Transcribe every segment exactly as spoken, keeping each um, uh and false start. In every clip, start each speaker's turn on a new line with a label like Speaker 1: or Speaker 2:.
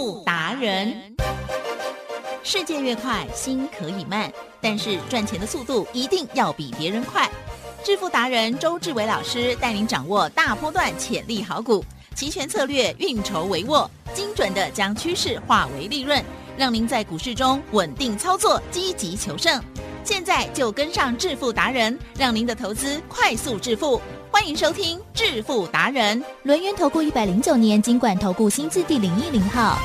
Speaker 1: 富达人。世界越快，心可以慢，但是赚钱的速度一定要比别人快。致富达人周志伟老师带您掌握大波段潜力好股，期权策略运筹帷幄，精准的将趋势化为利润，让您在股市中稳定操作，积极求胜。现在就跟上致富达人，让您的投资快速致富。欢迎收听致富达人。
Speaker 2: 轮源投顾一百零九年金管投顾新字第零一零号。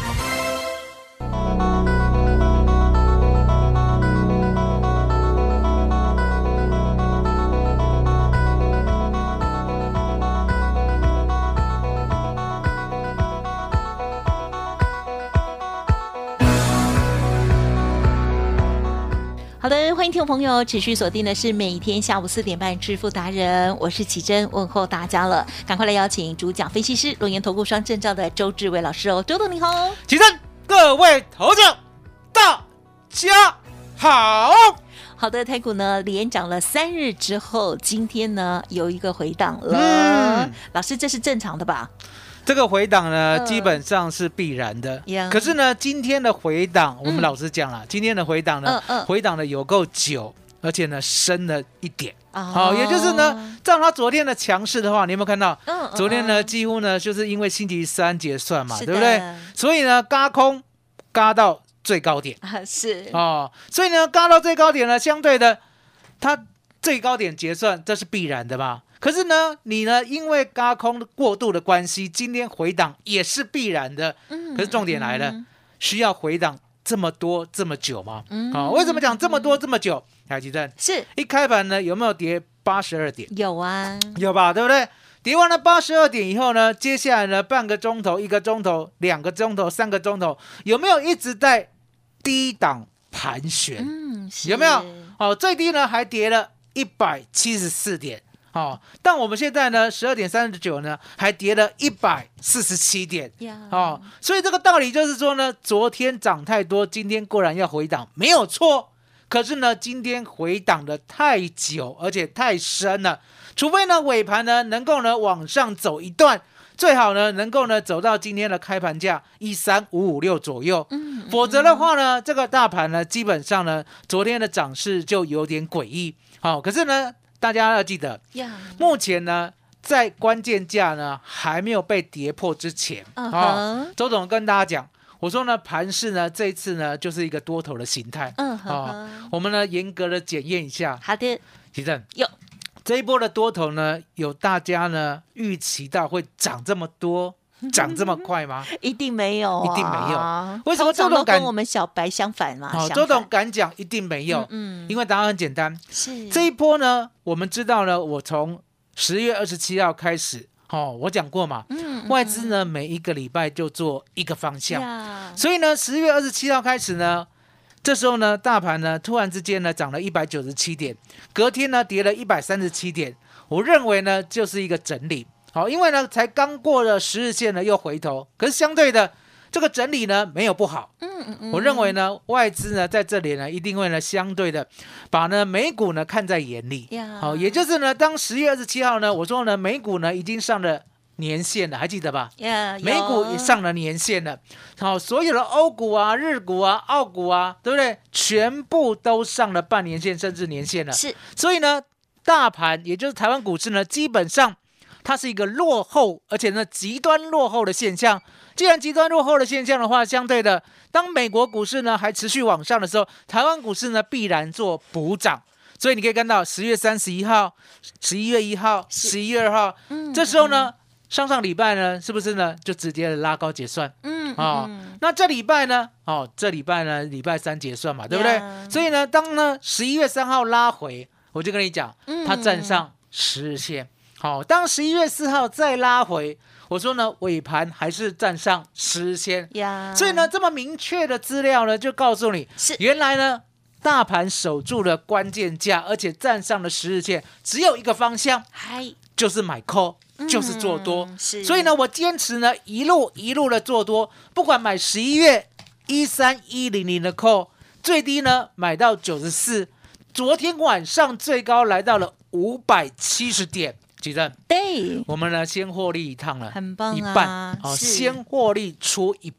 Speaker 3: 好的，欢迎听众朋友持续锁定的是每天下午四点半致富达人，我是启真，问候大家了。赶快来邀请主讲分析师轮研投顾双证照的周志伟老师哦，周董你好。
Speaker 4: 启真，各位投资者大家好。
Speaker 3: 好的，台股呢连涨了三日之后，今天呢有一个回档了。嗯，老师，这是正常的吧？
Speaker 4: 这个回档呢，呃、基本上是必然的。Yeah. 可是呢，今天的回档，我们老实讲了，嗯、今天的回档呢，呃呃、回档的有够久，而且呢深了一点。好、哦哦，也就是呢，照他昨天的强势的话，你有没有看到？嗯、昨天呢，几乎呢就是因为星期三结算嘛，对不对？所以呢，軋空軋到最高点
Speaker 3: 啊，是
Speaker 4: 哦，所以呢，軋到最高点呢，相对的，它最高点结算，这是必然的嘛。可是呢，你呢，因为軋空过度的关系，今天回档也是必然的。嗯、可是重点来了，嗯、需要回档这么多这么久吗？嗯哦、为什么讲这么多这么久？台积电
Speaker 3: 是
Speaker 4: 一开盘呢，有没有跌八十二点？
Speaker 3: 有啊，
Speaker 4: 有吧，对不对？跌完了八十二点以后呢，接下来呢，半个钟头、一个钟头、两个钟头、三个钟头，有没有一直在低档盘旋？嗯，有没有？哦，最低呢还跌了一百七十四点。哦，但我们现在呢，十二点三十九呢，还跌了一百四十七点。Yeah. 哦，所以这个道理就是说呢，昨天涨太多，今天固然要回档，没有错。可是呢，今天回档的太久，而且太深了。除非呢，尾盘呢能够呢往上走一段，最好呢能够呢走到今天的开盘价一三五五六左右。嗯嗯、否则的话呢，这个大盘呢，基本上呢，昨天的涨势就有点诡异。好、哦，可是呢。大家要记得， yeah. 目前呢，在关键价呢还没有被跌破之前，啊、uh-huh. 哦，周总跟大家讲，我说呢，盘势呢这一次呢就是一个多头的形态，嗯、uh-huh. 哦，我们呢严格的检验一下。
Speaker 3: 好的，
Speaker 4: 其正有这一波的多头呢，有大家呢预期到会涨这么多。涨这么快吗？
Speaker 3: 一定没有、啊，
Speaker 4: 一定没有。为什么周
Speaker 3: 董跟我们小白相反嘛？
Speaker 4: 哦，周董敢讲一定没有，嗯，嗯因为答案很简单，
Speaker 3: 是
Speaker 4: 这一波呢，我们知道呢，我从十月二十七号开始，哦，我讲过嘛，嗯嗯、外资呢每一个礼拜就做一个方向，呀所以呢，十月二十七号开始呢，这时候呢，大盘呢突然之间呢涨了一百九十七点，隔天呢跌了一百三十七点，我认为呢就是一个整理。好，因为呢，才刚过了十日线呢，又回头，可是相对的，这个整理呢没有不好。嗯嗯嗯，我认为呢，外资呢在这里呢，一定会呢相对的把呢美股呢看在眼里。好，也就是呢，当十月二十七号呢，我说呢，美股呢已经上了年线了，还记得吧？
Speaker 3: Yeah,
Speaker 4: 美股也上了年线了。好，所有的欧股啊、日股啊、澳股啊，对不对？全部都上了半年线甚至年线了。
Speaker 3: 是，
Speaker 4: 所以呢，大盘也就是台湾股市呢，基本上。它是一个落后，而且呢极端落后的现象。既然极端落后的现象的话，相对的，当美国股市呢还持续往上的时候，台湾股市呢必然做补涨。所以你可以看到十月三十一号、十一月一号、十一月二号，嗯、这时候呢，嗯、上上礼拜呢，是不是呢就直接的拉高结算？嗯，哦，嗯、那这礼拜呢，哦，这礼拜呢，礼拜三结算嘛，对不对？ Yeah. 所以呢，当呢十一月三号拉回，我就跟你讲，它站上十日线。好，当十一月四号再拉回，我说呢，尾盘还是站上十日线， yeah. 所以呢，这么明确的资料呢，就告诉你，是原来呢，大盘守住了关键价，而且站上了十日线，只有一个方向，就是买 call，就是做多。嗯、所以呢，我坚持呢，一路一路的做多，不管买十一月一三一零零的 call， 最低呢买到九十四，昨天晚上最高来到了五百七十点。几阵？
Speaker 3: 对，
Speaker 4: 我们呢先获利一趟了，
Speaker 3: 很棒啊，
Speaker 4: 一半哦，先获利出一半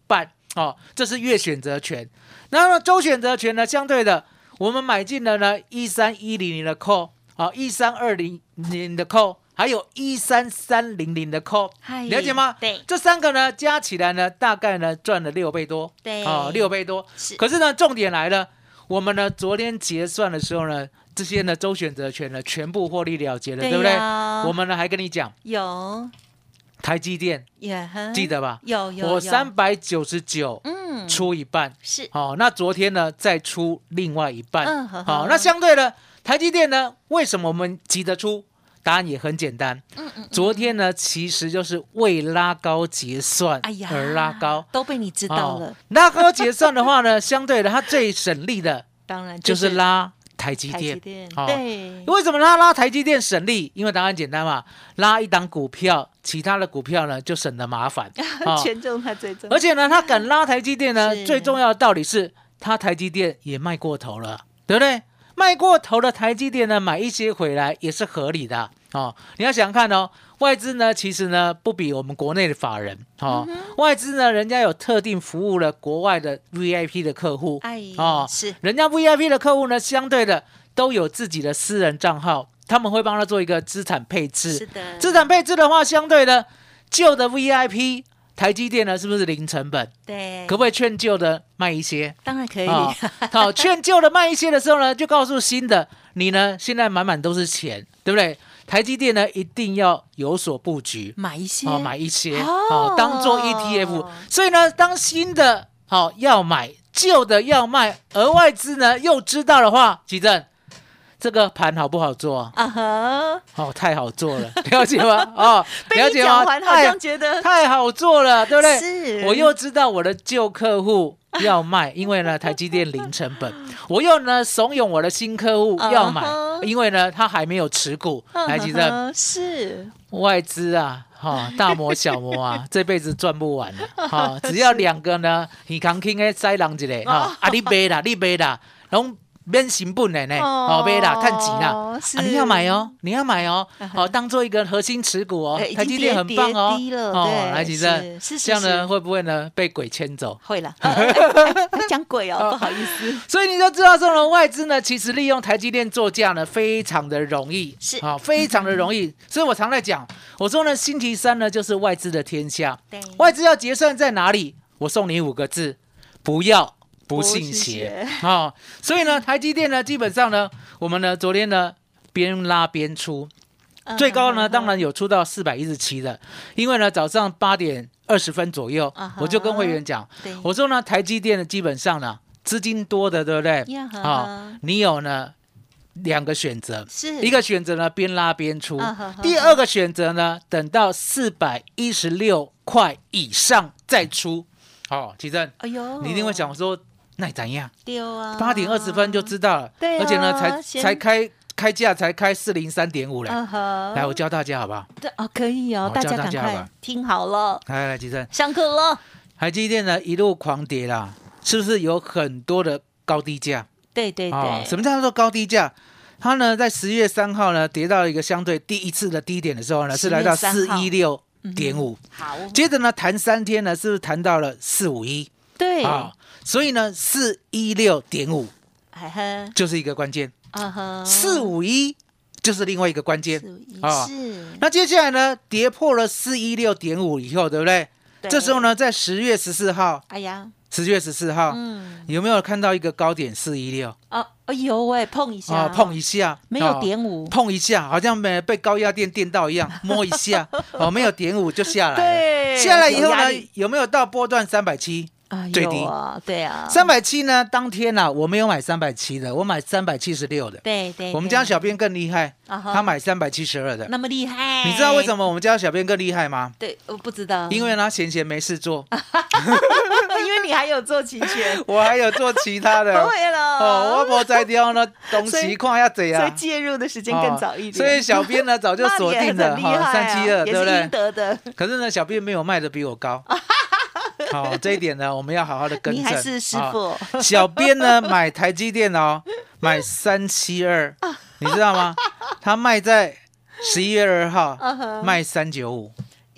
Speaker 4: 哦，这是月选择权。然后呢，周选择权呢，相对的，我们买进了呢一三一零零的 call， 啊，一三二零零的 call， 还有一三三零零的 call， 了解吗？
Speaker 3: 对，
Speaker 4: 这三个呢加起来呢，大概呢赚了六倍多，
Speaker 3: 对，
Speaker 4: 哦，六倍多。
Speaker 3: 是
Speaker 4: 可是呢，重点来了，我们呢昨天结算的时候呢，这些呢周选择权呢全部获利了结了，对不对？我们呢还跟你讲，
Speaker 3: 有
Speaker 4: 台积電
Speaker 3: ，yeah,
Speaker 4: 記得吧？
Speaker 3: 有有，
Speaker 4: 我三百九十九，嗯，出一半
Speaker 3: 是，
Speaker 4: 好、哦，那昨天呢再出另外一半，
Speaker 3: 嗯，
Speaker 4: 好、哦，那相对的台积電呢，为什么我们急得出？答案也很简单，嗯嗯嗯昨天呢其实就是为拉高结算而拉高，哎、
Speaker 3: 都被你知道了、哦。
Speaker 4: 拉高结算的话呢，相对的它最省力的，
Speaker 3: 当然
Speaker 4: 就是拉。台积電，
Speaker 3: 哦，对，
Speaker 4: 为什么他拉台积電省力？因为答案简单嘛，拉一档股票，其他的股票呢就省得麻烦，
Speaker 3: 哦、权重它最重要。
Speaker 4: 而且呢，他敢拉台积電呢，最重要的道理是，他台积電也卖过头了，对不对？卖过头的台积電呢，买一些回来也是合理的哦。你要想看哦，外资呢其实呢不比我们国内的法人哦，嗯、外资呢人家有特定服务了国外的 V I P 的客户，
Speaker 3: 哎哦，是
Speaker 4: 人家 V I P 的客户呢，相对的都有自己的私人账号，他们会帮他做一个资产配置。
Speaker 3: 是的，
Speaker 4: 资产配置的话，相对的旧的 V I P 台积電呢是不是零成本？
Speaker 3: 对，
Speaker 4: 可不可以劝旧的卖一些？
Speaker 3: 当然可以。
Speaker 4: 好、哦，劝旧的卖一些的时候呢，就告诉新的你呢，现在满满都是钱，对不对？台积電呢一定要有所布局，
Speaker 3: 买一些，
Speaker 4: 哦，买一些，哦，当做 E T F。所以呢，当新的好、哦、要买，旧的要卖，而外资呢又知道的话，奇正。这个盘好不好做啊？哈，哦，太好做了，了解吗？哦，了解吗？
Speaker 3: 好像觉得
Speaker 4: 太好做了，对不对？
Speaker 3: 是，
Speaker 4: 我又知道我的旧客户要卖，因为呢台积電零成本，我又呢怂恿我的新客户要买， uh-huh. 因为呢他还没有持股，来奇正
Speaker 3: uh-huh. 是
Speaker 4: 外资啊。哦、大摩小摩啊，这辈子赚不完了。哦、只要两个呢，你扛轻的塞人一个，哦、啊，你买啦，你買啦，然後免成本的呢，哦，買啦，賺錢啦，啊，你要買哦，你要買哦，哦，當做一個核心持股哦，台積電很棒哦，哦，來，其實這樣呢，會不會呢被鬼牽走？
Speaker 3: 會啦，講鬼哦，不好意思。
Speaker 4: 所以你就知道，這種外資呢，其實利用台積電作價呢，非常的容易，
Speaker 3: 是
Speaker 4: 啊、哦，非常的容易。所以我常在講，我說呢，星期三呢就是外資的天下，對，外資要結算在哪裡？我送你五個字，不要。不信邪啊、哦，所以呢，台積電呢，基本上呢，我們呢昨天呢邊拉邊出，最高呢當然有出到四百一十七的，因為呢早上八點二十分左右，我就跟會員講，我說呢台積電呢基本上呢資金多的，對不對？啊、哦，你有呢兩個選擇，一個選擇呢邊拉邊出，第二個選擇呢等到四百一十六塊以上再出。哦，奇正，哎呦，你一定會想說。那怎樣？
Speaker 3: 丟啊！
Speaker 4: 八點二十分就知道了，對、啊，而且呢，才才開開價才開四零三點五嘞。Uh-huh. 來，我教大家好不好？
Speaker 3: 對哦，可以哦，大家趕快聽好了。
Speaker 4: 來來，吉正，
Speaker 3: 上課了。
Speaker 4: 台積電呢一路狂跌啦，是不是有很多的高低價？
Speaker 3: 對對對、哦。
Speaker 4: 什麼叫做高低價？它呢在十月三號呢跌到一個相對第一次的低點的時候呢，是來到四一六點五。好。接着呢彈三天呢，是不是彈到了四五一？
Speaker 3: 對。啊、
Speaker 4: 哦。所以呢，四一六點五就是一個關鍵，四五一就是另外一個關鍵啊。那接下來呢，跌破了四一六點五以後，對不對？對，這時候呢，在十月十四號，哎呀，十月十四號，嗯，有沒有看到一個高點四一六？
Speaker 3: 哦，有哎，碰一下，
Speaker 4: 哦，碰一下，
Speaker 3: 沒有點五，
Speaker 4: 碰一下，好像沒被高壓電電到一樣，摸一下，哦，沒有點五就下來了。對，下來以後呢，有，有沒有到波段三百七？
Speaker 3: 啊，
Speaker 4: 最低
Speaker 3: 啊，對啊，
Speaker 4: 三百七呢？當天啊，我沒有買三百七的，我買三百七十六的。
Speaker 3: 對 對，
Speaker 4: 我們家小編更厲害，他買三百七十二的，
Speaker 3: 那麼厲害。
Speaker 4: 你知道為什麼我們家小編更厲害嗎？
Speaker 3: 對，我不知道，
Speaker 4: 因為他閒閒沒事做，
Speaker 3: 因為你還有做期權，
Speaker 4: 我還有做其他的。
Speaker 3: 會了
Speaker 4: 哦，我沒在掉呢，東西看要怎樣，
Speaker 3: 所以介入的時間更早一點。
Speaker 4: 所以小編呢早就鎖定了哈三七二，對不對？
Speaker 3: 也是應得的。
Speaker 4: 可是呢，小編沒有賣的比我高。好、哦，這一點呢，我們要好好的更正。
Speaker 3: 你還是師傅。
Speaker 4: 哦、小編呢買台積電哦，買三七二，你知道嗎？他賣在十一月二號，賣三九五。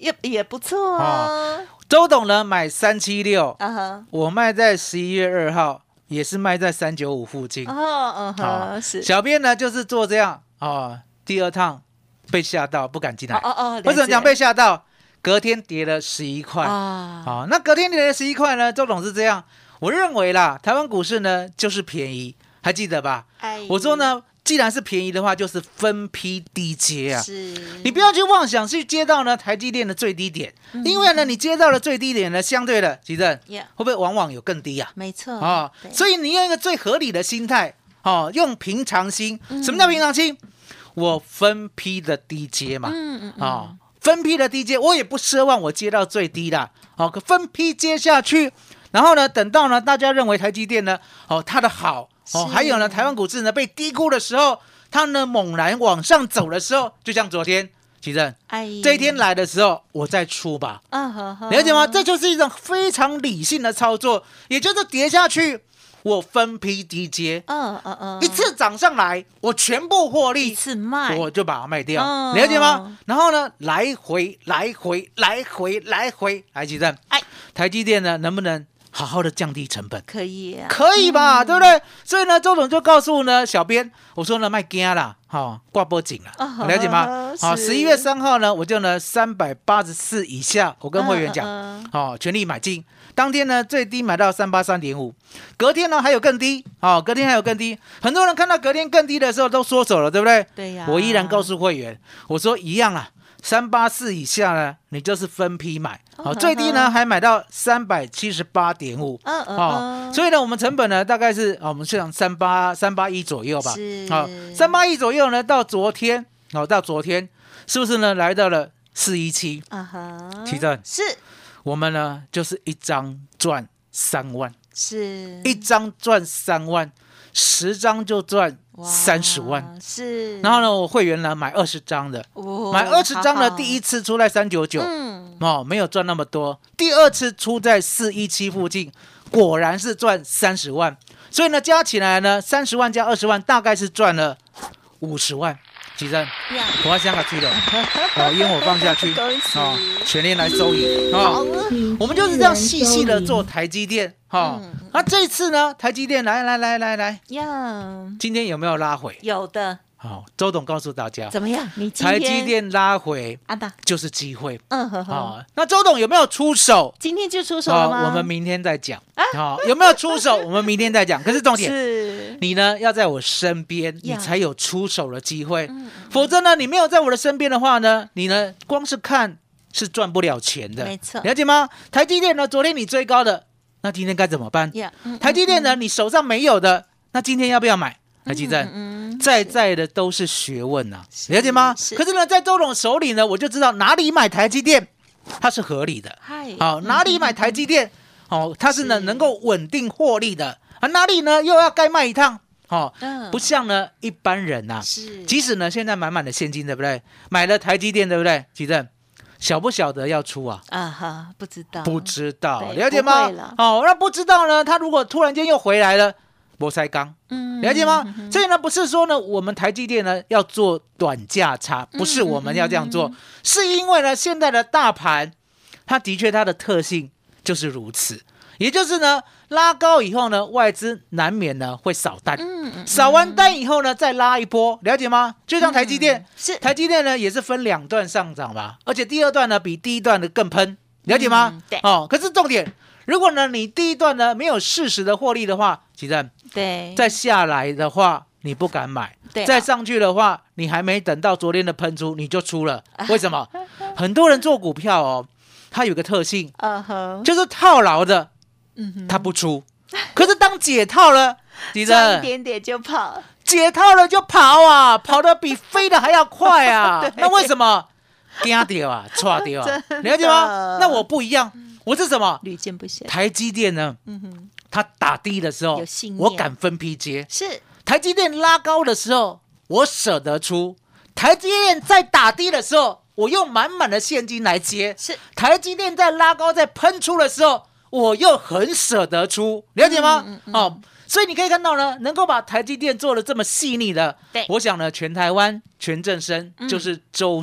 Speaker 3: 也也不错啊。
Speaker 4: 周董呢买三七六，
Speaker 3: 啊哈，
Speaker 4: 我卖在十一月二号，也是卖在三九五附近。
Speaker 3: 哦，嗯
Speaker 4: 好
Speaker 3: 哼，是，
Speaker 4: 小编呢就是做这样哦，第二趟被吓到，不敢进来。
Speaker 3: 哦哦哦，
Speaker 4: 为什么讲被吓到？隔天跌了十一块。
Speaker 3: 啊？
Speaker 4: 好，那隔天跌了十一块呢？周董是这样，我认为啦，台湾股市呢就是便宜，还记得吧？
Speaker 3: 哎
Speaker 4: 我说呢，既然是便宜的话，就是分批低接啊。
Speaker 3: 是，
Speaker 4: 你不要去妄想去接到呢台积电的最低点，
Speaker 3: 嗯
Speaker 4: 因为呢你接到了最低点呢，相对的，其正
Speaker 3: Yeah
Speaker 4: 会不会往往有更低啊？
Speaker 3: 没错
Speaker 4: 哦，
Speaker 3: 对
Speaker 4: 所以你用一个最合理的心态，哦，用平常心。什么叫平常心？我分批的低接嘛，
Speaker 3: 嗯嗯嗯，
Speaker 4: 哦，分批的低接，我也不奢望我接到最低啦，哦，可分批接下去，然后呢，等到呢大家认为台积电呢，哦，它的好，哦，
Speaker 3: 是
Speaker 4: 还有呢台湾股市呢被低估的时候，它呢猛然往上走的时候，就像昨天，其正
Speaker 3: 哎，
Speaker 4: 这一天来的时候，我再出吧。
Speaker 3: 啊呵呵，
Speaker 4: 了解吗？这就是一种非常理性的操作，也就是跌下去，我分批低接，
Speaker 3: 嗯嗯嗯，
Speaker 4: 一次涨上来，我全部获
Speaker 3: 一
Speaker 4: 利，
Speaker 3: 次卖，
Speaker 4: 我就把它卖掉，
Speaker 3: 嗯
Speaker 4: 了解吗？然后呢，来回来回来回来回，来几阵？
Speaker 3: 哎，
Speaker 4: 台积电呢，能不能好好的降低成本？
Speaker 3: 可以啊，
Speaker 4: 可以吧，对不对？所以呢，周总就告诉呢小编，我说呢，卖惊啦，哈，挂波紧了，
Speaker 3: 哦
Speaker 4: 了解吗？好，
Speaker 3: 是
Speaker 4: 十一月三号呢，我就呢三百八十四以下，我跟会员讲，
Speaker 3: 嗯嗯
Speaker 4: 好，全力买进。当天呢最低买到三八三点五，隔天呢还有更低，好，隔天还有更低。很多人看到隔天更低的时候都缩手了，对不对？
Speaker 3: 对呀，
Speaker 4: 我依然告诉会员，我说一样啊，三八四以下呢，你就是分批买，好，最低呢还买到三百七十八点五，
Speaker 3: 嗯嗯
Speaker 4: 哦，
Speaker 3: 嗯，
Speaker 4: 所以呢，我们成本呢大概是啊，我们想三八三八一左右吧，
Speaker 3: 是
Speaker 4: 好，三八一左右呢，到昨天，好，到昨天是不是呢来到了四一七？
Speaker 3: 啊哈，
Speaker 4: 奇正，
Speaker 3: 是
Speaker 4: 我们呢就是一张赚三万，
Speaker 3: 是
Speaker 4: 一张赚三万，十张就赚
Speaker 3: 哇
Speaker 4: 三十万。
Speaker 3: 是，
Speaker 4: 然后呢，我会员呢买二十张的，
Speaker 3: 哦
Speaker 4: 买二十张的
Speaker 3: 好好
Speaker 4: 第一次出在三九九，
Speaker 3: 嗯，
Speaker 4: 哦，没有赚那么多。第二次出在四一七附近，果然是赚三十万。所以呢，加起来呢，三十万加二十万，大概是赚了五十万。吉珍，
Speaker 3: 呀
Speaker 4: 我要香港去了，哦，烟火放下去，
Speaker 3: 恭喜
Speaker 4: 哦，全力来收银，哦，我们就是这样细细的做台积电，哈、
Speaker 3: 嗯
Speaker 4: 那这次呢，台积电来来来来来，
Speaker 3: 呀，
Speaker 4: 今天有没有拉回？
Speaker 3: 有的
Speaker 4: 好、周董告诉大家，
Speaker 3: 怎么样？你今
Speaker 4: 台
Speaker 3: 天
Speaker 4: 积电拉回
Speaker 3: 阿达，
Speaker 4: 就是机会
Speaker 3: 嗯呵呵，
Speaker 4: 啊、那周董有没有出手？
Speaker 3: 今天就出手了吗？
Speaker 4: 我们明天再讲啊、有没有出手？我们明天再讲。可是重点，
Speaker 3: 是
Speaker 4: 你呢要在我身边，你
Speaker 3: 呀
Speaker 4: 才有出手的机会。
Speaker 3: 嗯
Speaker 4: 否则呢，你没有在我的身边的话呢，你呢光是看是赚不了钱的。
Speaker 3: 没错
Speaker 4: 了解吗？台积电呢，昨天你追高的，那今天该怎么办？
Speaker 3: 呀，嗯
Speaker 4: 台积电呢，你手上没有的，那今天要不要买？台积电。
Speaker 3: 嗯
Speaker 4: 在在的都是学问呐、了解吗？
Speaker 3: 是
Speaker 4: 可是呢，在周董手里呢，我就知道哪里买台积电，它是合理的。
Speaker 3: 嗨，
Speaker 4: 好、哪里买台积电，哦，它是呢
Speaker 3: 是
Speaker 4: 能够稳定获利的啊。哪里呢又要该卖一趟，哦，
Speaker 3: 嗯
Speaker 4: 不像呢一般人呐、
Speaker 3: 是
Speaker 4: 即使呢现在满满的现金，对不对？买了台积电，对不对？吉正，晓不晓得要出啊？
Speaker 3: 啊哈，不知道，
Speaker 4: 不知道，
Speaker 3: 对
Speaker 4: 了解吗
Speaker 3: 不会啦？
Speaker 4: 哦，那不知道呢，他如果突然间又回来了，摩塞刚。
Speaker 3: 嗯
Speaker 4: 了解吗？所以呢，不是说呢，我们台积电呢要做短价差，不是我们要这样做，是因为呢，现在的大盘，它的确它的特性就是如此，也就是呢，拉高以后呢，外资难免呢会扫单，
Speaker 3: 嗯
Speaker 4: 扫完单以后呢，再拉一波，了解吗？就像台积电，
Speaker 3: 是
Speaker 4: 台积电呢也是分两段上涨嘛，而且第二段呢比第一段的更喷，了解吗？
Speaker 3: 嗯对
Speaker 4: 哦，可是重点，如果呢你第一段呢没有适时的获利的话，其实
Speaker 3: 对，
Speaker 4: 再下来的话，你不敢买；
Speaker 3: 对啊
Speaker 4: 再上去的话，你还没等到昨天的喷出，你就出了。为什么？很多人做股票哦，它有个特性，
Speaker 3: 嗯哼，
Speaker 4: 就是套牢的，
Speaker 3: 嗯哼，
Speaker 4: 它不出。可是当解套了，你
Speaker 3: 差一
Speaker 4: 的
Speaker 3: 点点就跑，
Speaker 4: 解套了就跑啊，跑得比飞的还要快啊。那为什么？惊掉啊，错掉啊，
Speaker 3: 真的
Speaker 4: 了解吗？那我不一样，我是什么？
Speaker 3: 屡见不鲜，
Speaker 4: 台积电呢？
Speaker 3: 嗯哼，
Speaker 4: 它打低的时候
Speaker 3: 有信，念
Speaker 4: 我敢分批接。
Speaker 3: 是
Speaker 4: 台积电拉高的时候，我舍得出；台积电在打低的时候，我用满满的现金来接。
Speaker 3: 是，
Speaker 4: 台积电在拉高、在喷出的时候，我又很舍得出，了解吗？
Speaker 3: 嗯嗯嗯
Speaker 4: 哦，所以你可以看到呢，能够把台积电做的这么细腻的，
Speaker 3: 对
Speaker 4: 我想呢，全台湾全正生就是周董。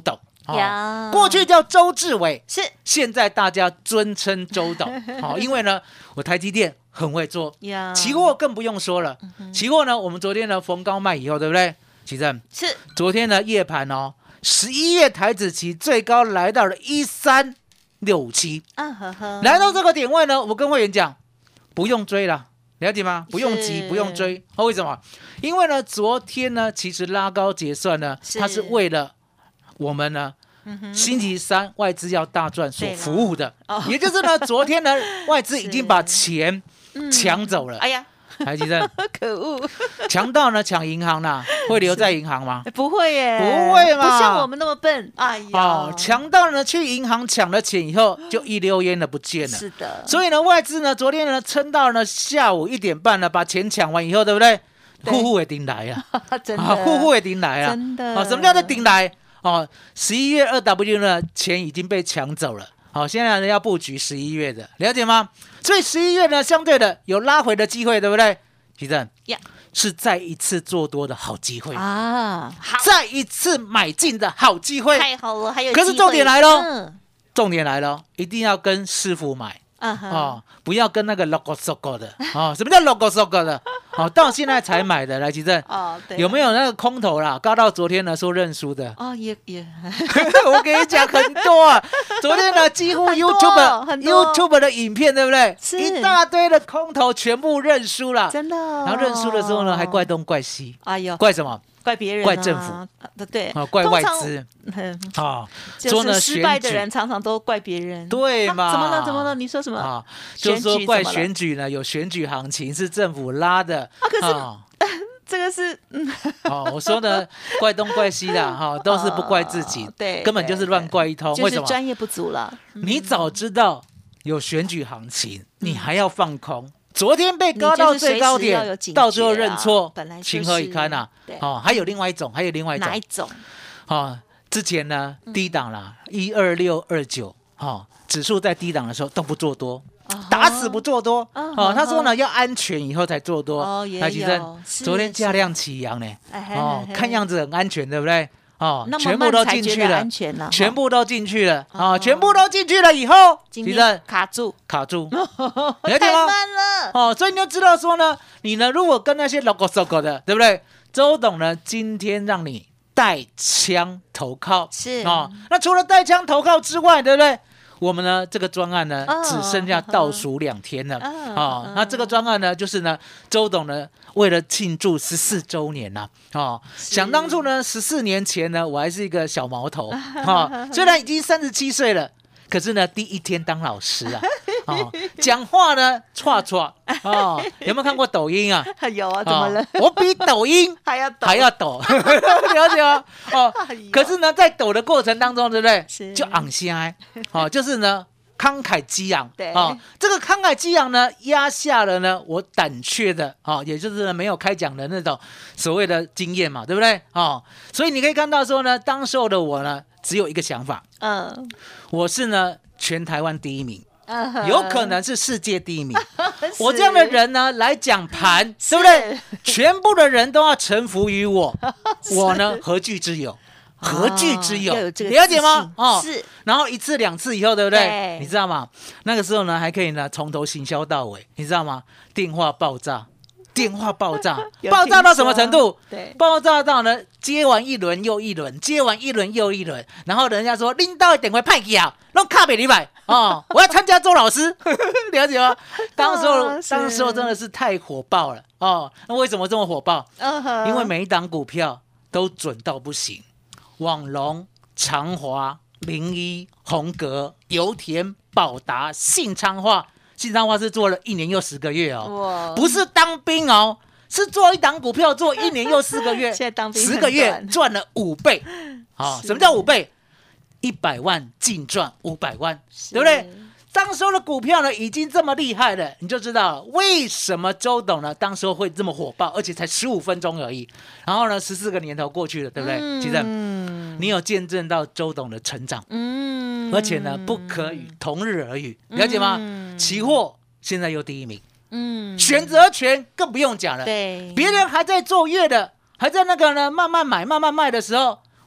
Speaker 3: 呀
Speaker 4: 过去叫周志伟，
Speaker 3: 是
Speaker 4: 现在大家尊称周董。好，因为呢，我台积电很会做，
Speaker 3: 呀，
Speaker 4: 期货更不用说了。期货呢，我们昨天呢逢高卖以后，对不对？奇正
Speaker 3: 是
Speaker 4: 昨天的夜盘哦，十一月台指期最高来到了一三六五七，
Speaker 3: 啊呵呵，
Speaker 4: 来到这个点位呢，我跟会员讲，不用追了。了解吗？不用急，不用追。哦，为什么？因为呢，昨天呢，其实拉高结算呢，它是为了我们呢，嗯、星期三外资要大赚所服务的。哦、也就是呢，昨天呢，外资已经把钱抢走了。嗯、哎呀，台积电，
Speaker 3: 可恶！
Speaker 4: 强到呢抢银行啦，会留在银行吗？
Speaker 3: 不会耶，
Speaker 4: 不会嘛，
Speaker 3: 不像我们那么笨。哎呀，
Speaker 4: 哦，强到呢去银行抢了钱以后，就一溜烟的不见了。
Speaker 3: 是的，
Speaker 4: 所以呢，外资呢昨天呢撑到呢下午一点半呢，把钱抢完以后，对不对？户户也顶来啊，
Speaker 3: 真的，
Speaker 4: 户户也顶来啊，
Speaker 3: 真的。
Speaker 4: 哦，什么叫做顶来？哦，十一月二 W 呢钱已经被抢走了。好，现在呢要布局十一月的，了解吗？所以十一月呢相对的有拉回的机会，对不对？奇正，
Speaker 3: yeah.
Speaker 4: 是再一次做多的好机会
Speaker 3: 啊，
Speaker 4: 再一次买进的好机会，
Speaker 3: 太好了，还有
Speaker 4: 可是重点来了，
Speaker 3: 嗯、
Speaker 4: 重点来了，一定要跟师傅买。Uh huh. 哦，不要跟那个 logo sogo 的哦，什么叫 logo sogo 的？哦，到现在才买的，来奇正，哦，对，有没有那个空头啦？高到昨天呢说认输的，
Speaker 3: 哦，也也，
Speaker 4: 我跟你讲很多啊，昨天呢几乎 YouTube YouTube 的影片，对不对？一大堆的空头全部认输了，
Speaker 3: 真的、哦。
Speaker 4: 然后认输的时候呢，还怪东怪西，
Speaker 3: 哎呦，
Speaker 4: 怪什么？
Speaker 3: 怪别人、啊，
Speaker 4: 怪政府，
Speaker 3: 对，
Speaker 4: 啊，怪外资，
Speaker 3: 啊，就是失败的人常常都怪别人，
Speaker 4: 对嘛？
Speaker 3: 怎么了？怎么了？你说什么？啊，
Speaker 4: 就是说怪选举呢，有选举行情是政府拉的，
Speaker 3: 啊，可是这个是，嗯，
Speaker 4: 哦，我说呢，怪东怪西的，哈，都是不怪自己，
Speaker 3: 对，
Speaker 4: 根本就是乱怪一通，为什么？
Speaker 3: 专业不足了。
Speaker 4: 你早知道有选举行情，你还要放空。昨天被高到最高点，啊、到最后认错，情何以堪啊！哦，还有另外一种，还有另外一种，
Speaker 3: 哪一种？
Speaker 4: 哦，之前呢低档啦，一二六二九，哦，指数在低档的时候都不做多，哦、打死不做多。哦，哦他说呢要安全以后才做多。
Speaker 3: 哦，也
Speaker 4: 有。昨天价量齐扬呢，哦，看样子很安全，对不对？哦，全部都进去了，全部都进去了啊！全部都进去了以后，
Speaker 3: 其实卡住，
Speaker 4: 卡住，
Speaker 3: 太慢了
Speaker 4: 哦！所以你就知道说呢，你呢如果跟那些 logo logo 的，对不对？周董呢今天让你带枪投靠，
Speaker 3: 是
Speaker 4: 哦。那除了带枪投靠之外，对不对？我们呢这个专案呢、哦、只剩下倒数两天了啊、哦哦！那这个专案呢，就是呢周董呢为了庆祝十四周年呐、啊，哦，想当初呢十四年前呢我还是一个小毛头啊、哦，虽然已经三十七岁了，可是呢第一天当老师啊，哦，讲话呢唰唰哦，有没有看过抖音啊？
Speaker 3: 有啊，怎么了？
Speaker 4: 哦、我比抖音
Speaker 3: 还要抖
Speaker 4: 还要抖，了解吗？哦，可是呢，在抖的过程当中，对不对？就昂下，哦，就是呢，慷慨激昂，
Speaker 3: 对，
Speaker 4: 哦，这个慷慨激昂呢，压下了呢我胆怯的，哦，也就是呢没有开讲的那种所谓的经验嘛，对不对？哦，所以你可以看到说呢，当时候的我呢，只有一个想法，嗯，我是呢全台湾第一名。Uh-huh. 有可能是世界第一名。我这样的人呢，来讲盘，对不对？全部的人都要臣服于我，我呢何惧之有？何惧之有？
Speaker 3: 哦、有
Speaker 4: 了解吗？
Speaker 3: 哦，是。
Speaker 4: 然后一次两次以后，对不对？对，你知道吗？那个时候呢，还可以呢从头行销到尾，你知道吗？电话爆炸。电话爆炸，爆炸到什么程度？
Speaker 3: 对，
Speaker 4: 爆炸到呢，接完一轮又一轮，接完一轮又一轮，然后人家说拎到一点会派去啊，弄卡北里买哦，我要参加周老师，了解吗？当时候，哦、当时候真的是太火爆了哦。那为什么这么火爆？uh-huh. 因为每一档股票都准到不行，网龙、长华、零一、宏格、油田、宝达、信昌化。信昌化是做了一年又十个月哦，不是当兵哦，是做一档股票做一年又四个月，
Speaker 3: 现在当兵
Speaker 4: 十个月赚了五倍，好、哦，什么叫五倍？一百万净赚五百万，对不对？当时候的股票呢已经这么厉害了，你就知道了为什么周董呢当时候会这么火爆，而且才十五分钟而已。然后呢，十四个年头过去了，对不对？其实、嗯、你有见证到周董的成长，嗯，而且呢不可与同日而语，了解吗？嗯、期货现在又第一名，嗯，选择权更不用讲了，
Speaker 3: 对，
Speaker 4: 别人还在做月的，还在那个呢慢慢买慢慢卖的时候。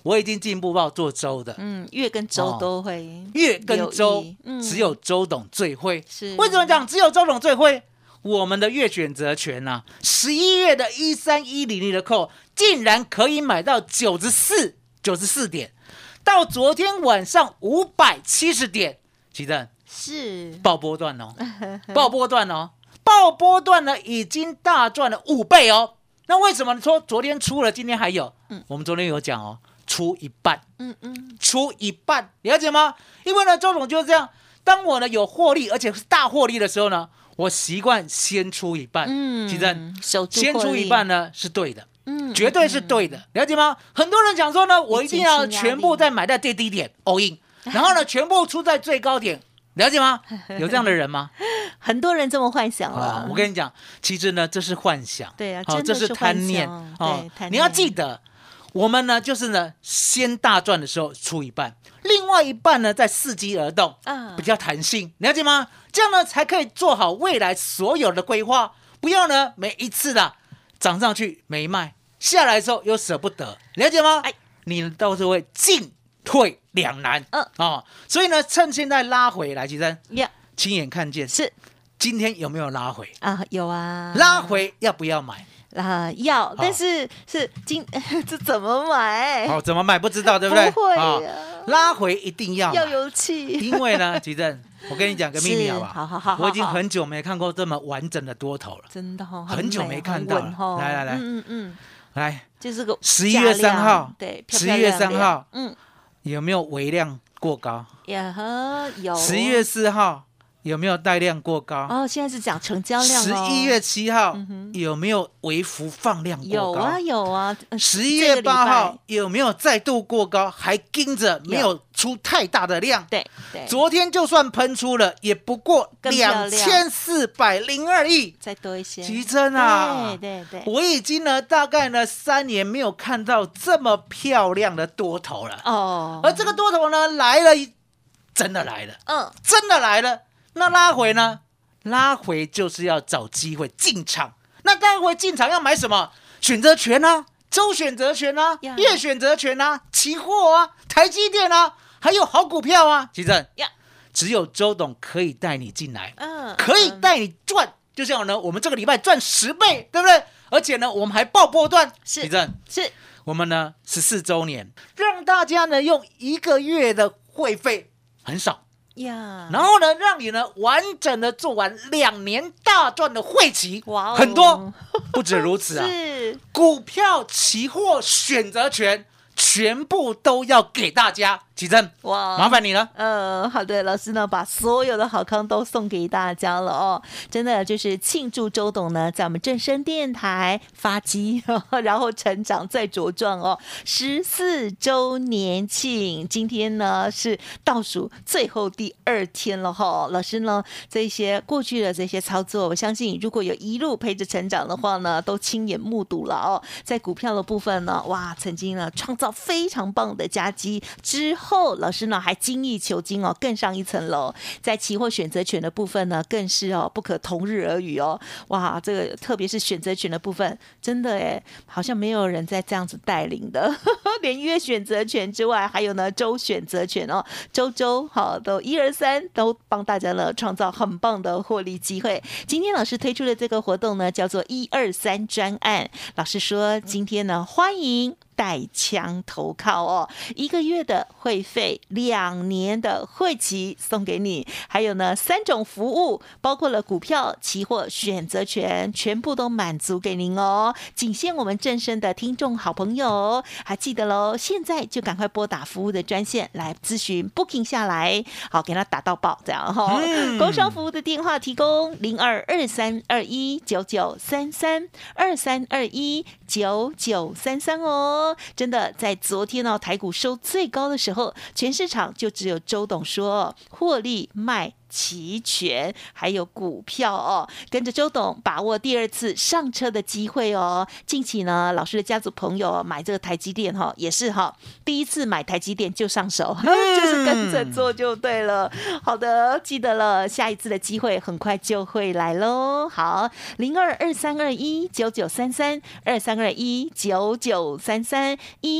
Speaker 4: 我已经进步到做周的，
Speaker 3: 嗯，月跟周都会、
Speaker 4: 哦，月跟周、嗯、只有周董最会。
Speaker 3: 是
Speaker 4: 为什么讲只有周董最会？我们的月选择权啊，十一月的一三一零零的扣，竟然可以买到九十四九十四点，到昨天晚上五百七十点，奇正
Speaker 3: 是
Speaker 4: 爆波段哦，爆波段哦，爆波段呢已经大赚了五倍哦。那为什么说昨天出了，今天还有？嗯，我们昨天有讲哦，出一半，嗯嗯，出一半，了解吗？因为呢，周董就是这样，当我呢有获利，而且是大获利的时候呢，我习惯先出一半，嗯，其实先出一半呢是对的，嗯，绝对是对的，了解吗？很多人讲说呢，我一定要全部再买在最低点 all in， 然后呢全部出在最高点，了解吗？有这样的人吗？
Speaker 3: 很多人这么幻想了、
Speaker 4: 哦。我跟你讲，其实呢这是幻想，
Speaker 3: 对啊，
Speaker 4: 哦、
Speaker 3: 真的是
Speaker 4: 这是贪念
Speaker 3: 哦。
Speaker 4: 你要记得，我们呢就是呢先大赚的时候出一半，另外一半呢再伺机而动，啊，比较弹性，了解吗？这样呢才可以做好未来所有的规划，不要呢每一次的涨上去没卖，下来的时候又舍不得，了解吗？哎，你到时候会进退两难，嗯、哦，所以呢趁现在拉回来，其实呀，亲眼看见
Speaker 3: 是。
Speaker 4: 今天有没有拉回
Speaker 3: 啊？有啊，
Speaker 4: 拉回要不要买
Speaker 3: 啊？要，但是是今这怎么买？
Speaker 4: 哦，怎么买不知道，对不对？
Speaker 3: 不会、啊哦、
Speaker 4: 拉回一定要
Speaker 3: 要有气，
Speaker 4: 因为呢，吉正，我跟你讲个秘密好不好？
Speaker 3: 好好好好，
Speaker 4: 我已经很久没看过这么完整的多头了，
Speaker 3: 真的哦，
Speaker 4: 很久没看到了。
Speaker 3: 哦、
Speaker 4: 来来来，
Speaker 3: 嗯嗯，
Speaker 4: 来，
Speaker 3: 就是个
Speaker 4: 十一月三号，
Speaker 3: 对，
Speaker 4: 十一月三号，嗯，有没有微量过高？
Speaker 3: 呀，有。
Speaker 4: 十一月四号。有没有带量过高？
Speaker 3: 哦，现在是讲成交量哦。
Speaker 4: 十一月七号、嗯、有没有微幅放量过高？
Speaker 3: 有啊有啊。
Speaker 4: 十一月八号有没有再度过高？还盯着没有出太大的量。
Speaker 3: 对对。
Speaker 4: 昨天就算喷出了，也不过两千四百零二亿，
Speaker 3: 再多一些。
Speaker 4: 奇珍啊，
Speaker 3: 对对对，
Speaker 4: 我已经呢大概呢三年没有看到这么漂亮的多头了。哦。而这个多头呢来了，真的来了，嗯，真的来了。那拉回呢？拉回就是要找机会进场。那拉回进场要买什么？选择权啊，周选择权啊，月选择权啊，期货啊，台积电啊，还有好股票啊。其实，只有周董可以带你进来，嗯，可以带你赚。就像呢，我们这个礼拜赚十倍，对不对？而且呢，我们还爆波段。
Speaker 3: 是，
Speaker 4: 是，我们呢十四周年，让大家呢用一个月的会费很少。
Speaker 3: 呀，
Speaker 4: yeah. 然后呢，让你呢完整的做完两年大赚的会期，
Speaker 3: 哇、哦，
Speaker 4: 很多，不止如此啊，
Speaker 3: 是
Speaker 4: 股票、期货、选择权，全部都要给大家。启真，哇，麻烦你了。
Speaker 3: 呃，好的，老师呢把所有的好康都送给大家了哦，真的就是庆祝周董呢在我们正声电台发迹，然后成长再茁壮哦，十四周年庆，今天呢是倒数最后第二天了哈、哦。老师呢这些过去的这些操作，我相信如果有一路陪着成长的话呢，都亲眼目睹了哦。在股票的部分呢，哇，曾经呢创造非常棒的佳绩之后。后老师呢还精益求精哦，更上一层楼。在期货选择权的部分呢，更是哦不可同日而语哦。哇，这个特别是选择权的部分，真的哎，好像没有人在这样子带领的。连月选择权之外，还有呢周选择权哦，周周好都一二三都帮大家呢创造很棒的获利机会。今天老师推出的这个活动呢，叫做一二三专案。老师说今天呢欢迎带枪投靠哦，一个月的会费，两年的会期送给你，还有呢三种服务，包括了股票、期货、选择权，全部都满足给您哦。仅限我们正声的听众好朋友，还记得喽？现在就赶快拨打服务的专线来咨询 ，booking 下来，好给他打到爆，这样哈、哦。嗯、工商服务的电话提供零二二三二一九九三三二三二一九九三三哦。真的在昨天哦，台股收最高的时候，全市场就只有周董说获利卖期权还有股票哦，跟着周董把握第二次上车的机会哦。近期呢，老师的家族朋友买这个台积电哈、哦，也是哈、哦，第一次买台积电就上手，嗯、就是跟着做就对了。好的，记得了，下一次的机会很快就会来喽。好，零二二三二一九九三三二三二一九九三三一。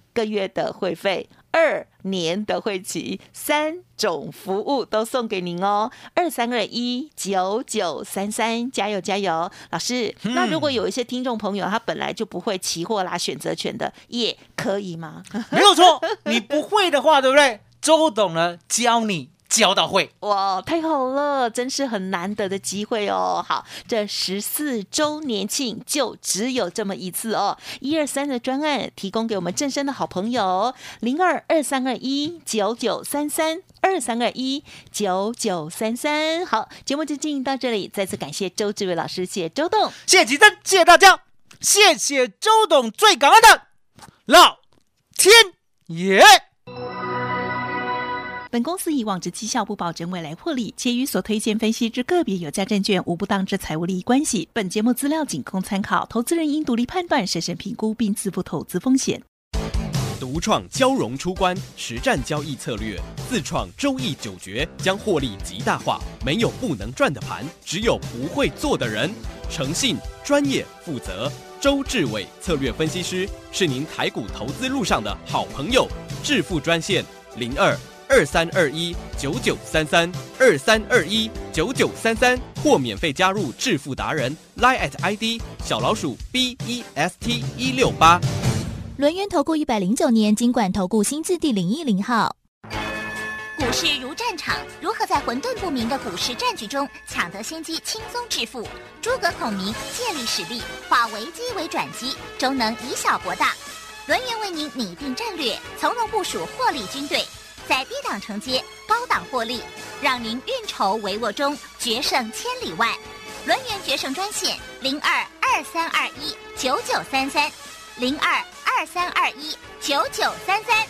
Speaker 3: 个月的会费，二年的会期，三种服务都送给您哦。二三二一九九三三，加油加油！老师，嗯、那如果有一些听众朋友他本来就不会期货啦、选择权的，也可以吗？
Speaker 4: 没有错，你不会的话，对不对？周董呢教你。教到会
Speaker 3: 哇，太好了，真是很难得的机会哦。好，这十四周年庆就只有这么一次哦。一二三的专案提供给我们正声的好朋友，零二二三二一九九三三二三二一九九三三。好，节目就进行到这里，再次感谢周志伟老师，谢谢周董，
Speaker 4: 谢谢吉珍，谢谢大家，谢谢周董，最感恩的老天爷。
Speaker 3: 本公司以往之绩效不保证未来获利，且与所推荐分析之个别有价证券无不当之财务利益关系。本节目资料仅供参考，投资人应独立判断、审慎评估并自负投资风险。
Speaker 5: 独创交融出关实战交易策略，自创周易九诀，将获利极大化。没有不能赚的盘，只有不会做的人。诚信、专业、负责。周志伟策略分析师是您台股投资路上的好朋友。致富专线零二二三二一九九三三二三二一九九三三，或免费加入致富达人 Line at I D 小老鼠 B E S T 一六八。
Speaker 2: 轮源投顾一百零九年金管投顾新字第零一零号。
Speaker 6: 股市如战场，如何在混沌不明的股市战局中抢得先机，轻松致富？诸葛孔明借力使力，化危机为转机，终能以小博大。轮源为您拟定战略，从容部署获利军队，在低档承接，高档获利，让您运筹帷幄中决胜千里外。轮源决胜专线零二二三二一九九三三零二二三二一九九三三。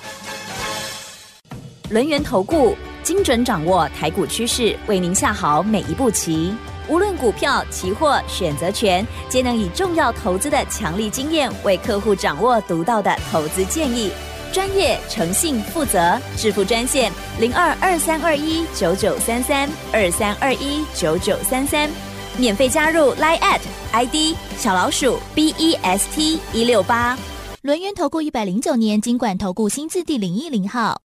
Speaker 7: 轮源投顾精准掌握台股趋势，为您下好每一步棋。无论股票、期货、选择权，皆能以重要投资的强力经验，为客户掌握独到的投资建议。专业、诚信、负责，致富专线零二二三二一九九三三二三二一九九三三，免费加入 Line at I D 小老鼠 B E S T 一六八。
Speaker 2: 轮源投顾一百零九年金管投顾新字第零一零号。